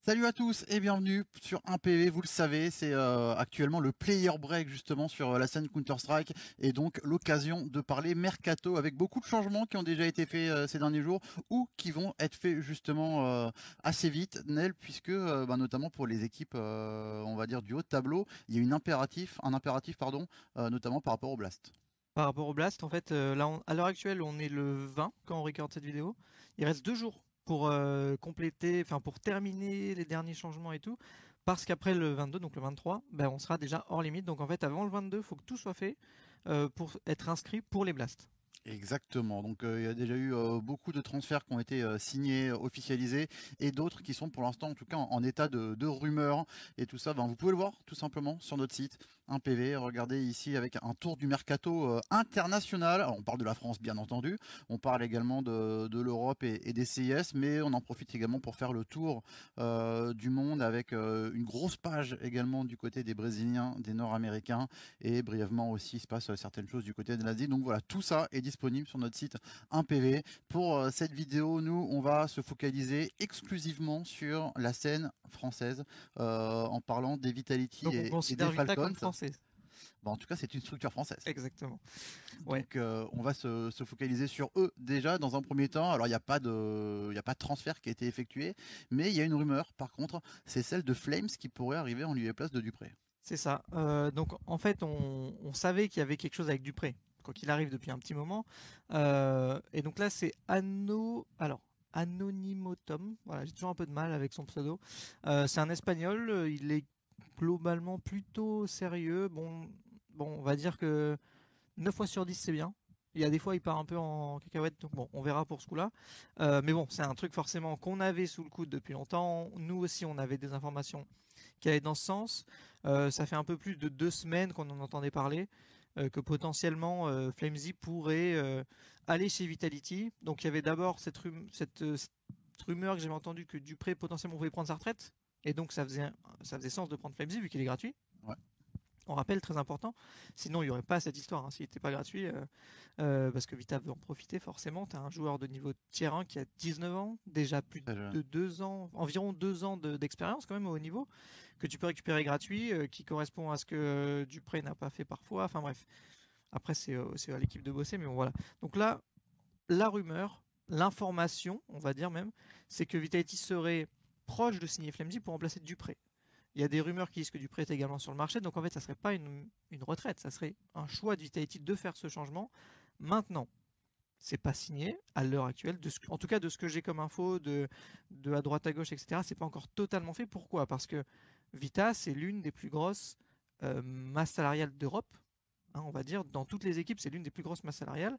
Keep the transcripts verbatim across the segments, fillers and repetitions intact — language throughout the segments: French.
Salut à tous et bienvenue sur un P V. Vous le savez, c'est euh, actuellement le player break justement sur euh, la scène Counter-Strike et donc l'occasion de parler mercato avec beaucoup de changements qui ont déjà été faits euh, ces derniers jours ou qui vont être faits justement euh, assez vite, Nel, puisque euh, bah, notamment pour les équipes, euh, on va dire du haut de tableau, il y a une impératif, un impératif pardon, euh, notamment par rapport au Blast. Par rapport au Blast, en fait, euh, là, on- à l'heure actuelle, on est le vingt quand on regarde cette vidéo. Il reste deux jours pour euh, compléter, enfin pour terminer les derniers changements et tout, parce qu'après le vingt-deux, donc le vingt-trois, ben, on sera déjà hors limite. Donc en fait, avant le vingt-deux, il faut que tout soit fait euh, pour être inscrit pour les Blasts. Exactement. Donc euh, il y a déjà eu euh, beaucoup de transferts qui ont été euh, signés, euh, officialisés, et d'autres qui sont pour l'instant en tout cas en, en état de, de rumeur. Et tout ça, ben, vous pouvez le voir tout simplement sur notre site, un P V. Regardez ici avec un tour du mercato euh, international. Alors, on parle de la France bien entendu, on parle également de, de l'Europe et, et des C I S, mais on en profite également pour faire le tour euh, du monde avec euh, une grosse page également du côté des Brésiliens, des Nord-Américains, et brièvement aussi il se passe euh, certaines choses du côté de l'Asie. Donc voilà, tout ça est disponible sur notre site un P V. Pour euh, cette vidéo, nous, on va se focaliser exclusivement sur la scène française euh, en parlant des Vitality Donc on et, et des considère Vita Falcons. comme française. Bon, en tout cas, c'est une structure française. Exactement. Ouais, Donc, euh, on va se, se focaliser sur eux déjà dans un premier temps. Alors, il n'y a pas de, il y a pas de transfert qui a été effectué, mais il y a une rumeur. Par contre, c'est celle de Flames qui pourrait arriver en lieu et place de Dupré. c'est ça. Euh, donc en fait, on, on savait qu'il y avait quelque chose avec Dupré, quoi qu'il arrive depuis un petit moment. Euh, et donc là, c'est Anno. Alors, Anonymotum. Voilà, j'ai toujours un peu de mal avec son pseudo. Euh, c'est un espagnol. euh, Il est globalement plutôt sérieux. Bon, bon, on va dire que neuf fois sur dix, c'est bien. Il y a des fois, il part un peu en cacahuète, donc bon, on verra pour ce coup-là. Euh, mais bon, c'est un truc forcément qu'on avait sous le coude depuis longtemps. Nous aussi, on avait des informations qui allaient dans ce sens. Euh, ça fait un peu plus de deux semaines qu'on en entendait parler, euh, que potentiellement euh, Flamesy pourrait euh, aller chez Vitality. Donc il y avait d'abord cette, rum- cette, euh, cette rumeur que j'avais entendue que Dupré potentiellement pouvait prendre sa retraite. Et donc ça faisait, ça faisait sens de prendre Flamesy vu qu'il est gratuit. Ouais. On rappelle, très important. Sinon, il n'y aurait pas cette histoire hein, s'il n'était pas gratuit. euh, euh, parce que Vita veut en profiter forcément. Tu as un joueur de niveau tier un qui a dix-neuf ans, déjà plus Très jeune. de deux ans, environ deux ans de- d'expérience quand même au haut niveau, que tu peux récupérer gratuit, euh, qui correspond à ce que euh, Dupré n'a pas fait parfois. Enfin bref, après c'est euh, c'est à l'équipe de bosser, mais bon voilà. Donc là, la rumeur, l'information, on va dire même, c'est que Vitality serait proche de signer Flamesy pour remplacer Dupré. Il y a des rumeurs qui disent que Dupré est également sur le marché, donc en fait, ça serait pas une, une retraite, ça serait un choix de Vitality de faire ce changement. Maintenant, c'est pas signé à l'heure actuelle, de ce, en tout cas de ce que j'ai comme info, de, de à droite à gauche, et cetera. C'est pas encore totalement fait. Pourquoi? Parce que Vita, c'est l'une des plus grosses euh, masses salariales d'Europe, hein, on va dire. Dans toutes les équipes, c'est l'une des plus grosses masses salariales.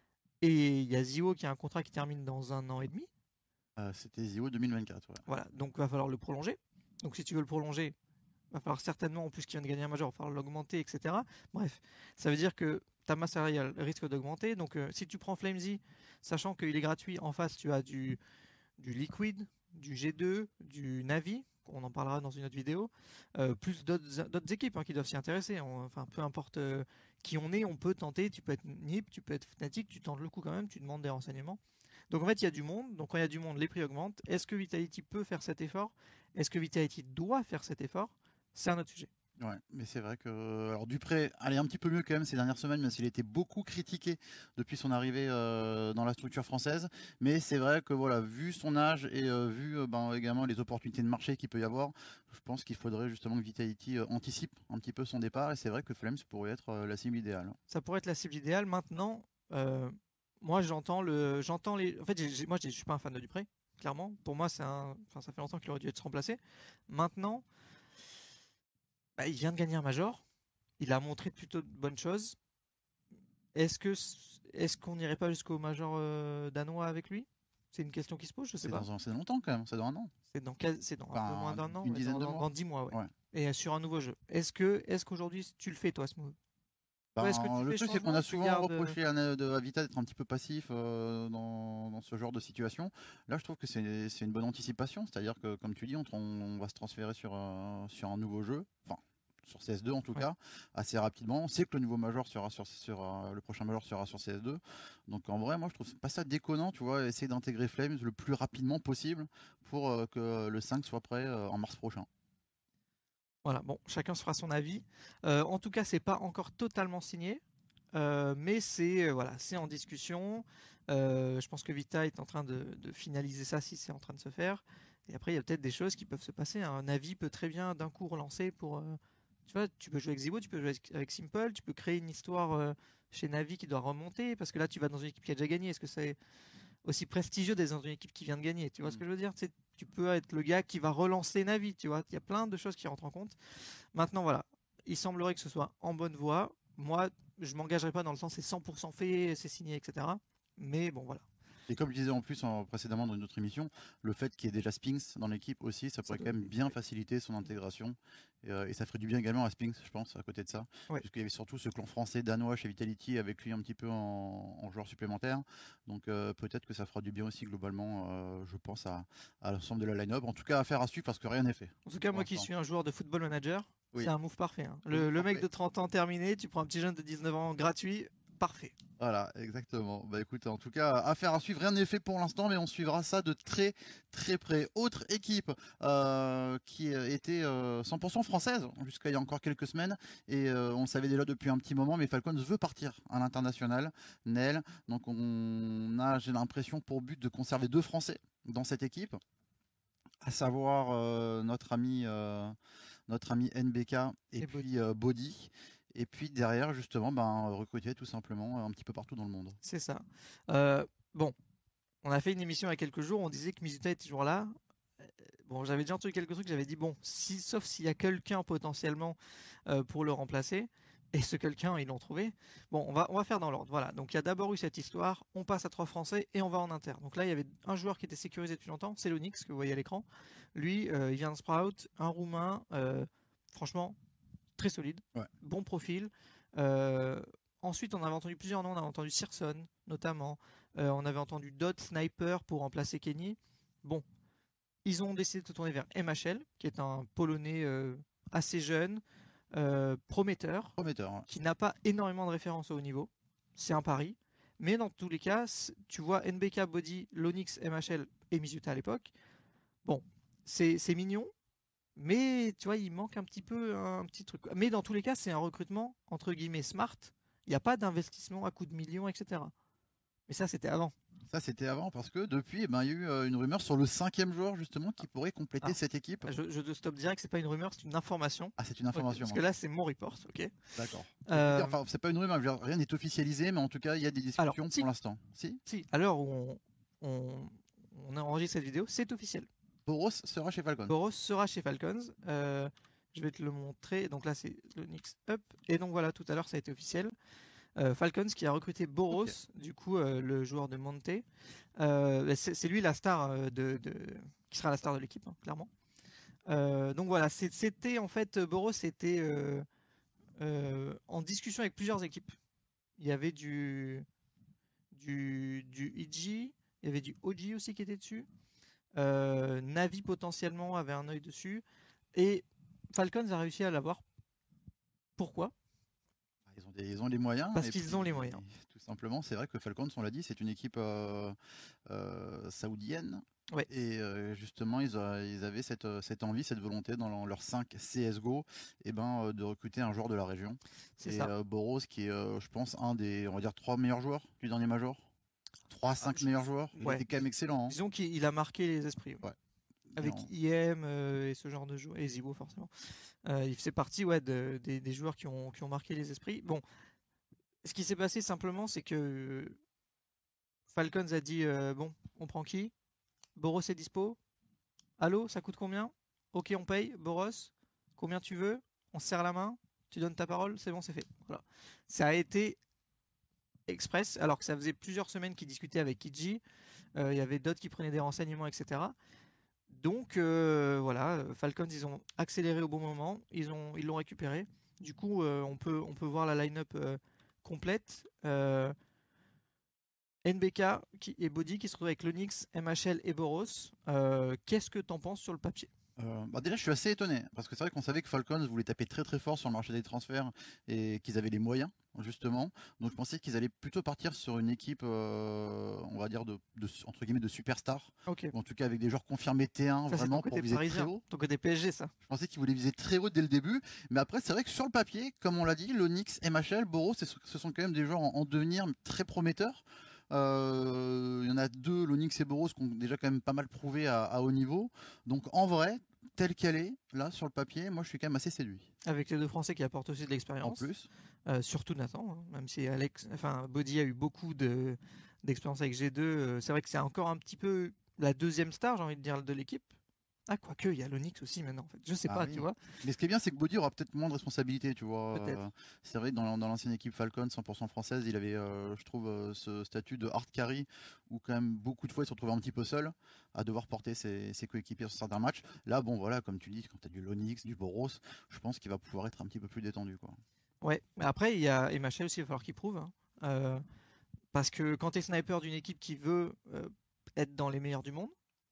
Et il y a Zio qui a un contrat qui termine dans un an et demi. Euh, C'était Zio deux mille vingt-quatre. Ouais. Voilà, donc il va falloir le prolonger. Donc si tu veux le prolonger, il va falloir certainement, en plus qu'il vient de gagner un major, il va falloir l'augmenter, et cetera. Bref, ça veut dire que ta masse salariale risque d'augmenter. Donc euh, si tu prends Flamesy, sachant qu'il est gratuit, en face tu as du, du Liquid, du G deux, du Navi, on en parlera dans une autre vidéo, euh, plus d'autres d'autres équipes hein, qui doivent s'y intéresser. On- enfin, peu importe euh, qui on est, on peut tenter. Tu peux être Nip, tu peux être Fnatic, tu tentes le coup quand même, tu demandes des renseignements. Donc en fait, il y a du monde. Donc quand il y a du monde, les prix augmentent. Est-ce que Vitality peut faire cet effort? Est-ce que Vitality doit faire cet effort? C'est un autre sujet. Ouais, mais c'est vrai que alors Dupré allait un petit peu mieux quand même ces dernières semaines, même s'il était beaucoup critiqué depuis son arrivée euh, dans la structure française. Mais c'est vrai que voilà, vu son âge et euh, vu euh, ben, également les opportunités de marché qu'il peut y avoir, je pense qu'il faudrait justement que Vitality euh, anticipe un petit peu son départ. Et c'est vrai que Flames pourrait être euh, la cible idéale. Ça pourrait être la cible idéale. Maintenant, euh, moi j'entends le, j'entends les. En fait, j'ai- j'ai- moi je suis pas un fan de Dupré, clairement. Pour moi, c'est un, enfin, ça fait longtemps qu'il aurait dû être remplacé. Maintenant, bah, il vient de gagner un major. Il a montré plutôt de bonnes choses. Est-ce que, est-ce qu'on n'irait pas jusqu'au major euh, danois avec lui? C'est une question qui se pose. Je sais C'est pas. dans un- c'est longtemps quand même, c'est dans un an, C'est dans, quel- c'est dans un peu moins enfin d'un an, une ouais, dizaine dans, de dans, mois. dans dix mois, ouais. Ouais. Et euh, sur un nouveau jeu. Est-ce que, est-ce qu'aujourd'hui tu le fais toi, Smooth? Toi, est-ce que Ben, tu le fais truc, c'est qu'on changement a ou tu souvent gardes euh, reproché à, Na- de- à Vita d'être un petit peu passif euh, dans, dans ce genre de situation. Là, je trouve que c'est c'est une bonne anticipation. C'est-à-dire que, comme tu dis, on, on va se transférer sur, euh, sur un nouveau jeu. Enfin, sur C S deux en tout Ouais. cas, assez rapidement. On sait que le nouveau major sera sur, sur euh, le prochain major sera sur C S deux. Donc en vrai, moi je trouve pas ça déconnant, tu vois, essayer d'intégrer Flames le plus rapidement possible pour euh, que le cinq soit prêt euh, en mars prochain. Voilà, bon, chacun se fera son avis. Euh, en tout cas, c'est pas encore totalement signé, euh, mais c'est euh, voilà, c'est en discussion. Euh, je pense que Vita est en train de, de finaliser ça si c'est en train de se faire. Et après, il y a peut-être des choses qui peuvent se passer. Un avis peut très bien d'un coup relancer pour. euh, tu vois, tu peux jouer avec Zibo, tu peux jouer avec, avec Simple, tu peux créer une histoire euh, chez Navi qui doit remonter parce que là, tu vas dans une équipe qui a déjà gagné. Est-ce que c'est aussi prestigieux d'être dans une équipe qui vient de gagner? Tu vois ce Mm. que je veux dire? Tu sais, tu peux être le gars qui va relancer Navi. Tu vois, il y a plein de choses qui rentrent en compte. Maintenant, voilà, il semblerait que ce soit en bonne voie. Moi, je m'engagerai pas dans le sens c'est cent pour cent fait, c'est signé, et cetera. Mais bon, voilà. Et comme je disais en plus en, précédemment dans une autre émission, le fait qu'il y ait déjà Spinks dans l'équipe aussi, ça Ça pourrait doit- quand même bien faciliter son intégration. Et, euh, et ça ferait du bien également à Spinks, je pense, à côté de ça. Ouais. Puisqu'il y avait surtout ce clan français danois chez Vitality avec lui un petit peu en, en joueur supplémentaire. Donc euh, peut-être que ça fera du bien aussi globalement, euh, je pense, à, à l'ensemble de la line-up. En tout cas, affaire à suivre parce que rien n'est fait. En tout cas, pour moi qui l'instant. suis un joueur de football manager, Oui. c'est un move parfait. hein. Oui, Le, le mec parfait. de trente ans terminé, tu prends un petit jeune de dix-neuf ans gratuit, parfait. Voilà, exactement. Bah écoute, en tout cas, affaire à suivre. Rien n'est fait pour l'instant, mais on suivra ça de très très près. Autre équipe euh, qui était euh, cent pour cent française jusqu'à il y a encore quelques semaines, et euh, on le savait déjà depuis un petit moment, mais Falcons veut partir à l'international, Nel. Donc on a, j'ai l'impression, pour but de conserver deux Français dans cette équipe, à savoir euh, notre ami euh, notre ami N B K et, Et puis euh, Body. Et puis derrière, justement, ben, recruter tout simplement un petit peu partout dans le monde. C'est ça. Euh, bon, on a fait une émission il y a quelques jours, on disait que Mizuta était toujours là. Euh, Bon, j'avais déjà entendu quelques trucs, j'avais dit bon, si, sauf s'il y a quelqu'un potentiellement euh, pour le remplacer, et ce quelqu'un, ils l'ont trouvé. Bon, on va, on va faire dans l'ordre. Voilà, donc il y a d'abord eu cette histoire, on passe à trois Français et on va en inter. Donc là, il y avait un joueur qui était sécurisé depuis longtemps, c'est l'Onyx, que vous voyez à l'écran. Lui, euh, il vient de Sprout, un Roumain, euh, franchement, très solide, Ouais. bon profil. Euh, ensuite, on avait entendu plusieurs noms, on avait entendu Searson, notamment. Euh, on avait entendu Dot Sniper pour remplacer Kenny. Bon, ils ont décidé de se tourner vers M H L, qui est un Polonais euh, assez jeune, euh, prometteur, Prometteur. Hein. qui n'a pas énormément de références au haut niveau. C'est un pari. Mais dans tous les cas, tu vois N B K, Body, Lonix, M H L et Mizuta à l'époque. Bon, c'est mignon, mais tu vois, il manque un petit peu un petit truc. Mais dans tous les cas, c'est un recrutement entre guillemets smart. Il n'y a pas d'investissement à coups de millions, et cetera. Mais ça, c'était avant. Ça, c'était avant parce que depuis, eh ben, il y a eu euh, une rumeur sur le cinquième joueur justement qui pourrait compléter Ah. cette équipe. Je, je te stoppe direct, c'est pas une rumeur, c'est une information. Ah, c'est une information. Okay, parce hein. que là, c'est mon report, ok. D'accord. Euh... Enfin, c'est pas une rumeur, rien n'est officialisé, mais en tout cas, il y a des discussions Alors, pour si. l'instant. Si. Si. À l'heure où on, on, on enregistre cette vidéo, c'est officiel. Boros sera chez Falcons. Boros sera chez Falcons. Euh, je vais te le montrer. Donc là, c'est le Nix Up. Et donc voilà, tout à l'heure, ça a été officiel. Euh, Falcons qui a recruté Boros, okay. du coup, euh, le joueur de Monte. Euh, c'est lui la star de, de, qui sera la star de l'équipe, hein, clairement. Euh, donc voilà, c'était en fait, Boros était euh, euh, en discussion avec plusieurs équipes. Il y avait du, du, du I G, il y avait du O G aussi qui était dessus. Euh, Navi potentiellement avait un œil dessus. Et Falcons a réussi à l'avoir. Pourquoi ? Ils ont, des, ils ont les moyens. Parce qu'ils ont les moyens. Tout simplement, c'est vrai que Falcons, on l'a dit, c'est une équipe euh, euh, saoudienne. Ouais. Et euh, justement, ils, a, ils avaient cette, cette envie, cette volonté dans leur cinq C S G O et ben, euh, de recruter un joueur de la région. C'est ça. Euh, Boros, qui est, euh, je pense, un des on va dire, trois meilleurs joueurs du dernier Major. trois cinq ah, meilleurs joueurs. Il ouais. était quand même excellent. Hein. Disons qu'il a marqué les esprits. Ouais. Avec non. I M euh, et ce genre de joueurs, et Zibo forcément. Euh, il faisait partie ouais, de, de, des joueurs qui ont, qui ont marqué les esprits. Bon, ce qui s'est passé simplement, c'est que Falcons a dit euh, bon, on prend qui? Boros est dispo. Allô, ça coûte combien? Ok, on paye. Boros, combien tu veux? On se serre la main. Tu donnes ta parole, c'est bon, c'est fait. Voilà. Ça a été express, alors que ça faisait plusieurs semaines qu'ils discutaient avec Kidji. Il euh, y avait d'autres qui prenaient des renseignements, et cetera. Donc euh, voilà, Falcons ils ont accéléré au bon moment, ils ont ils l'ont récupéré. Du coup, euh, on peut on peut voir la line-up euh, complète. Euh, N B K qui, et Body qui se retrouvent avec Lonix, M H L et Boros. Euh, Qu'est-ce que t'en penses sur le papier? Euh, bah déjà, je suis assez étonné parce que c'est vrai qu'on savait que Falcons voulait taper très très fort sur le marché des transferts et qu'ils avaient les moyens justement. Donc je pensais qu'ils allaient plutôt partir sur une équipe, euh, on va dire de, de- entre guillemets de superstars, Ok. ou en tout cas avec des joueurs confirmés T un Ça, c'est ton vraiment pour côté viser très parisien, haut. ton côté P S G, ça. Je pensais qu'ils voulaient viser très haut dès le début, mais après c'est vrai que sur le papier, comme on l'a dit, l'Onyx, M H L, Boros, ce ce sont quand même des joueurs en, en devenir très prometteurs. Euh, Il y en a deux, l'Onyx et Boros, qui ont déjà quand même pas mal prouvé à, à haut niveau. Donc en vrai, telle qu'elle est, là sur le papier, moi je suis quand même assez séduit. Avec les deux Français qui apportent aussi de En l'expérience. plus, Euh, surtout Nathan, hein, même si Alex, enfin Body a eu beaucoup de d'expérience avec G deux. Euh, c'est vrai que c'est encore un petit peu la deuxième star, j'ai envie de dire, de l'équipe. Ah, quoique, il y a l'Onyx aussi maintenant, en fait. Je sais ah pas, oui. tu vois. Mais ce qui est bien, c'est que Body aura peut-être moins de responsabilités, tu vois. Peut-être. Euh, c'est vrai que dans, dans l'ancienne équipe Falcon, cent pour cent française, il avait, euh, je trouve, euh, ce statut de hard carry où quand même beaucoup de fois il se retrouvait un petit peu seul à devoir porter ses, ses coéquipiers sur certains matchs. Là, bon, voilà, comme tu dis, quand tu as du Lonix, du Boros, je pense qu'il va pouvoir être un petit peu plus détendu, quoi. Ouais. Mais après, il y a M H L aussi, il va falloir qu'il prouve, hein. Euh, parce que quand tu es sniper d'une équipe qui veut euh, être dans les meilleurs du monde,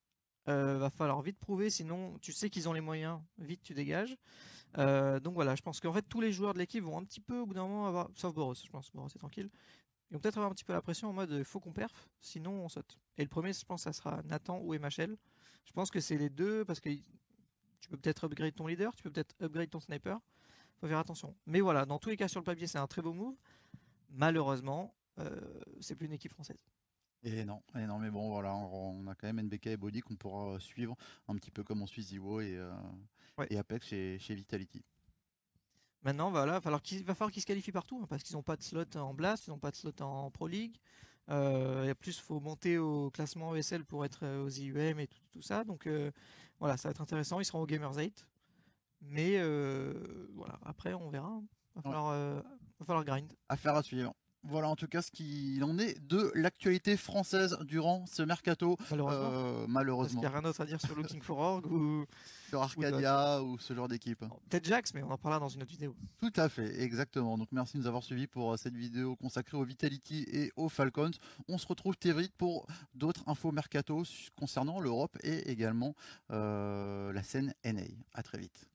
euh, va falloir vite prouver, sinon tu sais qu'ils ont les moyens, vite tu dégages. Euh, donc voilà, je pense qu'en fait tous les joueurs de l'équipe vont un petit peu au bout d'un moment avoir, sauf Boros, je pense, Boros c'est tranquille, ils vont peut-être avoir un petit peu la pression en mode il faut qu'on perf, sinon on saute. Et le premier, je pense, ça sera Nathan ou M H L. Je pense que c'est les deux parce que tu peux peut-être upgrade ton leader, tu peux peut-être upgrade ton sniper. Faut faire attention. Mais voilà, dans tous les cas sur le papier, c'est un très beau move. Malheureusement, euh, c'est plus une équipe française. Et non, et non, mais bon, voilà, on, on a quand même N B K et Body qu'on pourra suivre un petit peu comme on suit Ziwo et, euh, Ouais. et Apex chez, chez Vitality. Maintenant, voilà, va falloir qu'il va falloir qu'ils se qualifient partout hein, parce qu'ils n'ont pas de slot en Blast, ils n'ont pas de slot en Pro League. Euh, et en plus, il faut monter au classement E S L pour être euh, aux I U M et tout, tout ça. Donc euh, voilà, ça va être intéressant. Ils seront au Gamers huit. Mais euh, voilà, après, on verra, hein. Va Ouais, falloir, euh, va falloir grind. affaire à suivre. Voilà en tout cas ce qu'il en est de l'actualité française durant ce mercato, Malheureusement. euh, Parce qu'il malheureusement, n'y a rien d'autre à dire sur Looking for Org ou, sur ou d'autres. Arcadia ou ce genre d'équipe. Bon, peut-être Jax, mais on en parlera dans une autre vidéo. Tout à fait, exactement. Donc merci de nous avoir suivis pour euh, cette vidéo consacrée au Vitality et aux Falcons. On se retrouve très vite pour d'autres infos mercato concernant l'Europe et également euh, la scène N A. À très vite.